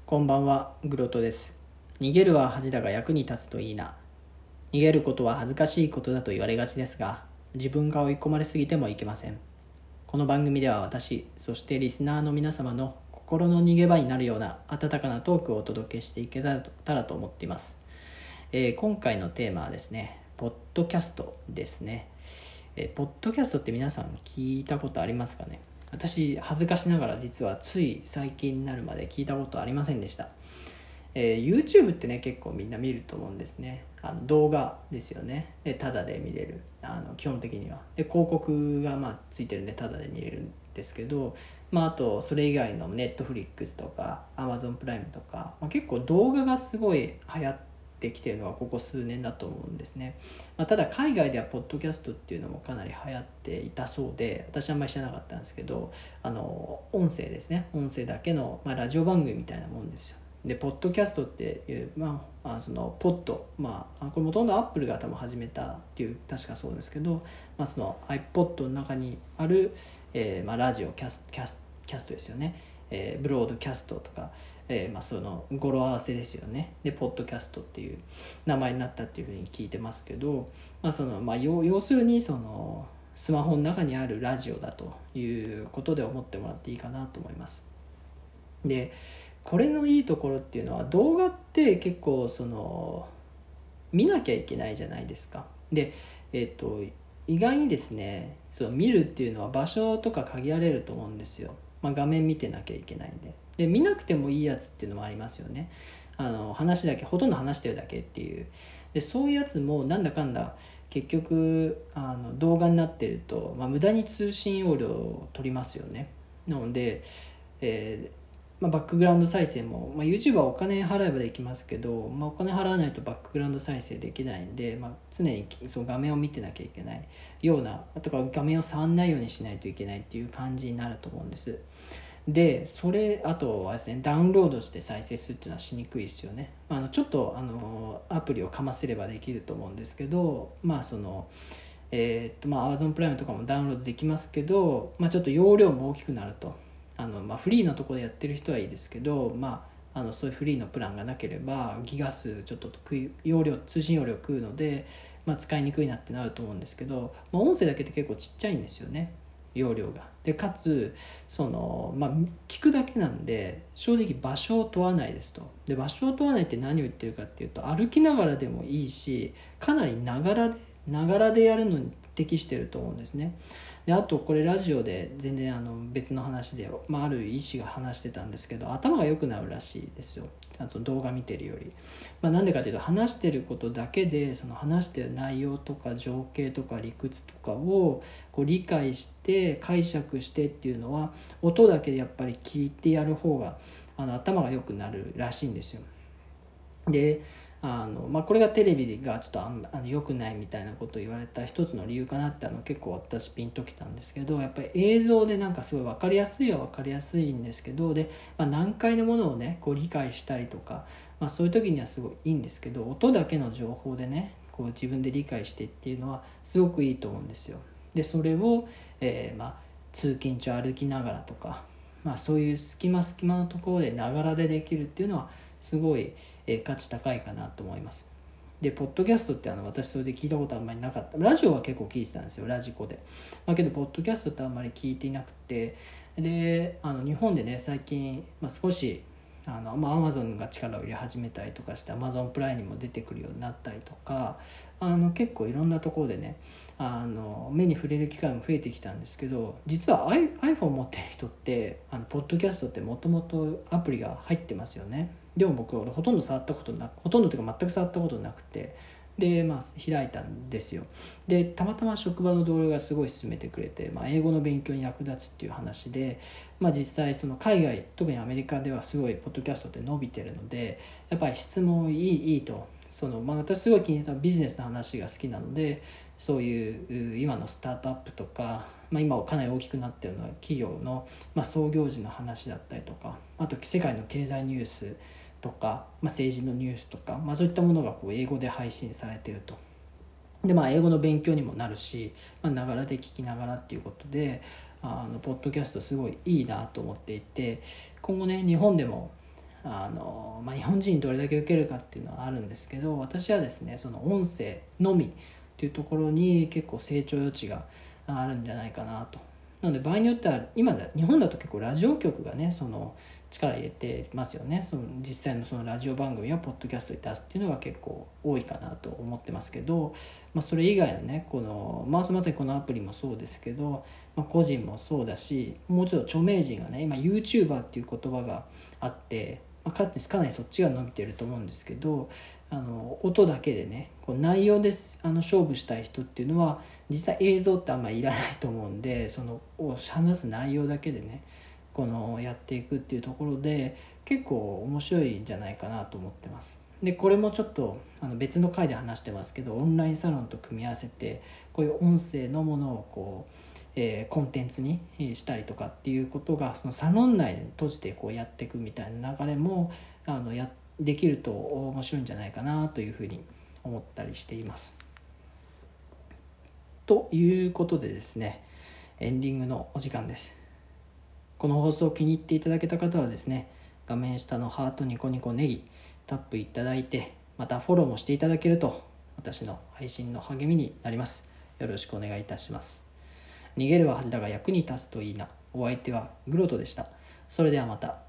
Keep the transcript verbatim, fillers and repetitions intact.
こんばんは、グロトです。逃げるは恥だが役に立つといいな。逃げることは恥ずかしいことだと言われがちですが、自分が追い込まれすぎてもいけません。この番組では私、そしてリスナーの皆様の心の逃げ場になるような温かなトークをお届けしていけたらと思っています。えー、今回のテーマはですね、ポッドキャストですね。えー、ポッドキャストって皆さん聞いたことありますかね。私恥ずかしながら実はつい最近になるまで聞いたことありませんでした。えー、YouTube ってね結構みんな見ると思うんですね。あの動画ですよね。でタダで見れる、あの基本的にはで広告がまあついてるんでタダで見れるんですけど、まあ、あとそれ以外の Netflix とか Amazon プライムとか、まあ、結構動画がすごい流行ってきてるのはここ数年だと思うんですね。まあ、ただ海外ではポッドキャストっていうのもかなり流行っていたそうで、私はあんまり知らなかったんですけど、あの音声ですね、音声だけの、まあ、ラジオ番組みたいなもんですよ。でポッドキャストっていう、まあ、あそのポッド、まあ、これもともとアップルが多分始めたっていう確かそうですけど、まあ、その iPod の中にある、えーまあ、ラジオキャスキャスキャストですよね、えー、ブロードキャストとか、えーまあ、その語呂合わせですよね。でポッドキャストっていう名前になったっていうふうに聞いてますけど、まあそのまあ、要, 要するにそのスマホの中にあるラジオだということで思ってもらっていいかなと思います。でこれのいいところっていうのは、動画って結構その見なきゃいけないじゃないですか。で、えっと意外にですね、その見るっていうのは場所とか限られると思うんですよ。まあ、画面見てなきゃいけないんで。で見なくてもいいやつっていうのもありますよね。あの話だけほとんど話してるだけっていう。でそういうやつもなんだかんだ結局あの動画になってると、まあ、無駄に通信容量を取りますよね。なので、えーまあ、バックグラウンド再生も、まあ、YouTube はお金払えばできますけど、まあ、お金払わないとバックグラウンド再生できないんで、まあ、常にその画面を見てなきゃいけないような、とか画面を触んないようにしないといけないっていう感じになると思うんです。でそれあとはですね、ダウンロードして再生するっていうのはしにくいですよね。あのちょっとあのアプリをかませればできると思うんですけど、まあそのえーっとまあ Amazon プライムとかもダウンロードできますけど、まあ、ちょっと容量も大きくなると、あの、まあ、フリーのところでやってる人はいいですけど、まあ、あのそういうフリーのプランがなければギガ数ちょっと容量通信容量食うので、まあ、使いにくいなってなると思うんですけど、まあ、音声だけって結構ちっちゃいんですよね、容量が。でかつその、まあ、聞くだけなんで正直場所を問わないですと。で場所を問わないって何を言ってるかっていうと、歩きながらでもいいし、かなりながらでながらでやるのに適してると思うんですね。であとこれラジオで全然あの別の話で、まあ、ある医師が話してたんですけど、頭が良くなるらしいですよ、あと動画見てるより。まあ、なんでかというと、話してることだけでその話してる内容とか情景とか理屈とかをこう理解して解釈してっていうのは、音だけでやっぱり聞いてやる方があの頭が良くなるらしいんですよ。であのまあ、これがテレビがちょっとあんあの良くないみたいなことを言われた一つの理由かなって、あの結構私ピンときたんですけど、やっぱり映像でなんかすごい分かりやすいは分かりやすいんですけど、で、まあ、難解なものをねこう理解したりとか、まあ、そういう時にはすごいいいんですけど、音だけの情報でねこう自分で理解してっていうのはすごくいいと思うんですよ。でそれを、えーまあ、通勤中歩きながらとか、まあ、そういう隙間隙間のところでながらでできるっていうのはすごい価値高いかなと思います。でポッドキャストってあの私それで聞いたことあんまりなかった。ラジオは結構聞いてたんですよ、ラジコで。まあ、けどポッドキャストってあんまり聞いていなくて、であの日本でね最近、まあ、少しあの、まあ、Amazon が力を入れ始めたりとかして Amazon プライムにも出てくるようになったりとか、あの結構いろんなところでねあの目に触れる機会も増えてきたんですけど、実は iPhone 持ってる人ってあのポッドキャストってもともとアプリが入ってますよね。でも僕はほとんど触ったことなく、ほとんどというか全く触ったことなくて、でまあ開いたんですよ。でたまたま職場の同僚がすごい勧めてくれて、まあ、英語の勉強に役立つっていう話で、まあ、実際その海外特にアメリカではすごいポッドキャストって伸びてるので、やっぱり質問いいいいと、その、まあ、私すごい気に入ったビジネスの話が好きなので、そういう今のスタートアップとか、まあ、今かなり大きくなっているのは企業の、まあ、創業時の話だったりとか、あと世界の経済ニュースとか、まあ、政治のニュースとか、まあ、そういったものがこう英語で配信されていると。でまあ英語の勉強にもなるし、まあ、ながらで聞きながらっていうことで、あのポッドキャストすごいいいなと思っていて、今後ね日本でもあの、まあ、日本人にどれだけ受けるかっていうのはあるんですけど、私はですねその音声のみっていうところに結構成長余地があるんじゃないかなと。なので場合によっては今だ日本だと結構ラジオ局がねその力入れてますよね。その実際のそのラジオ番組をポッドキャストに出すっていうのが結構多いかなと思ってますけど、まあ、それ以外のねこのまあまさにこのアプリもそうですけど、まあ、個人もそうだし、もうちょっと著名人がね今 YouTuber っていう言葉があって、まあ、かつてかなりそっちが伸びてると思うんですけど、あの音だけでねこう内容ですあの勝負したい人っていうのは実際映像ってあんまりいらないと思うんで、その話す内容だけでねこのやっていくっていうところで結構面白いんじゃないかなと思ってます。でこれもちょっとあの別の回で話してますけど、オンラインサロンと組み合わせてこういう音声のものをこう、えー、コンテンツにしたりとかっていうことがそのサロン内で閉じてこうやっていくみたいな流れもあのやできると面白いんじゃないかなというふうに思ったりしています。ということでですね、エンディングのお時間です。この放送を気に入っていただけた方はですね、画面下のハートニコニコネギタップいただいて、またフォローもしていただけると私の配信の励みになります。よろしくお願いいたします。逃げるは恥だが役に立つといいな。お相手はグロトでした。それではまた。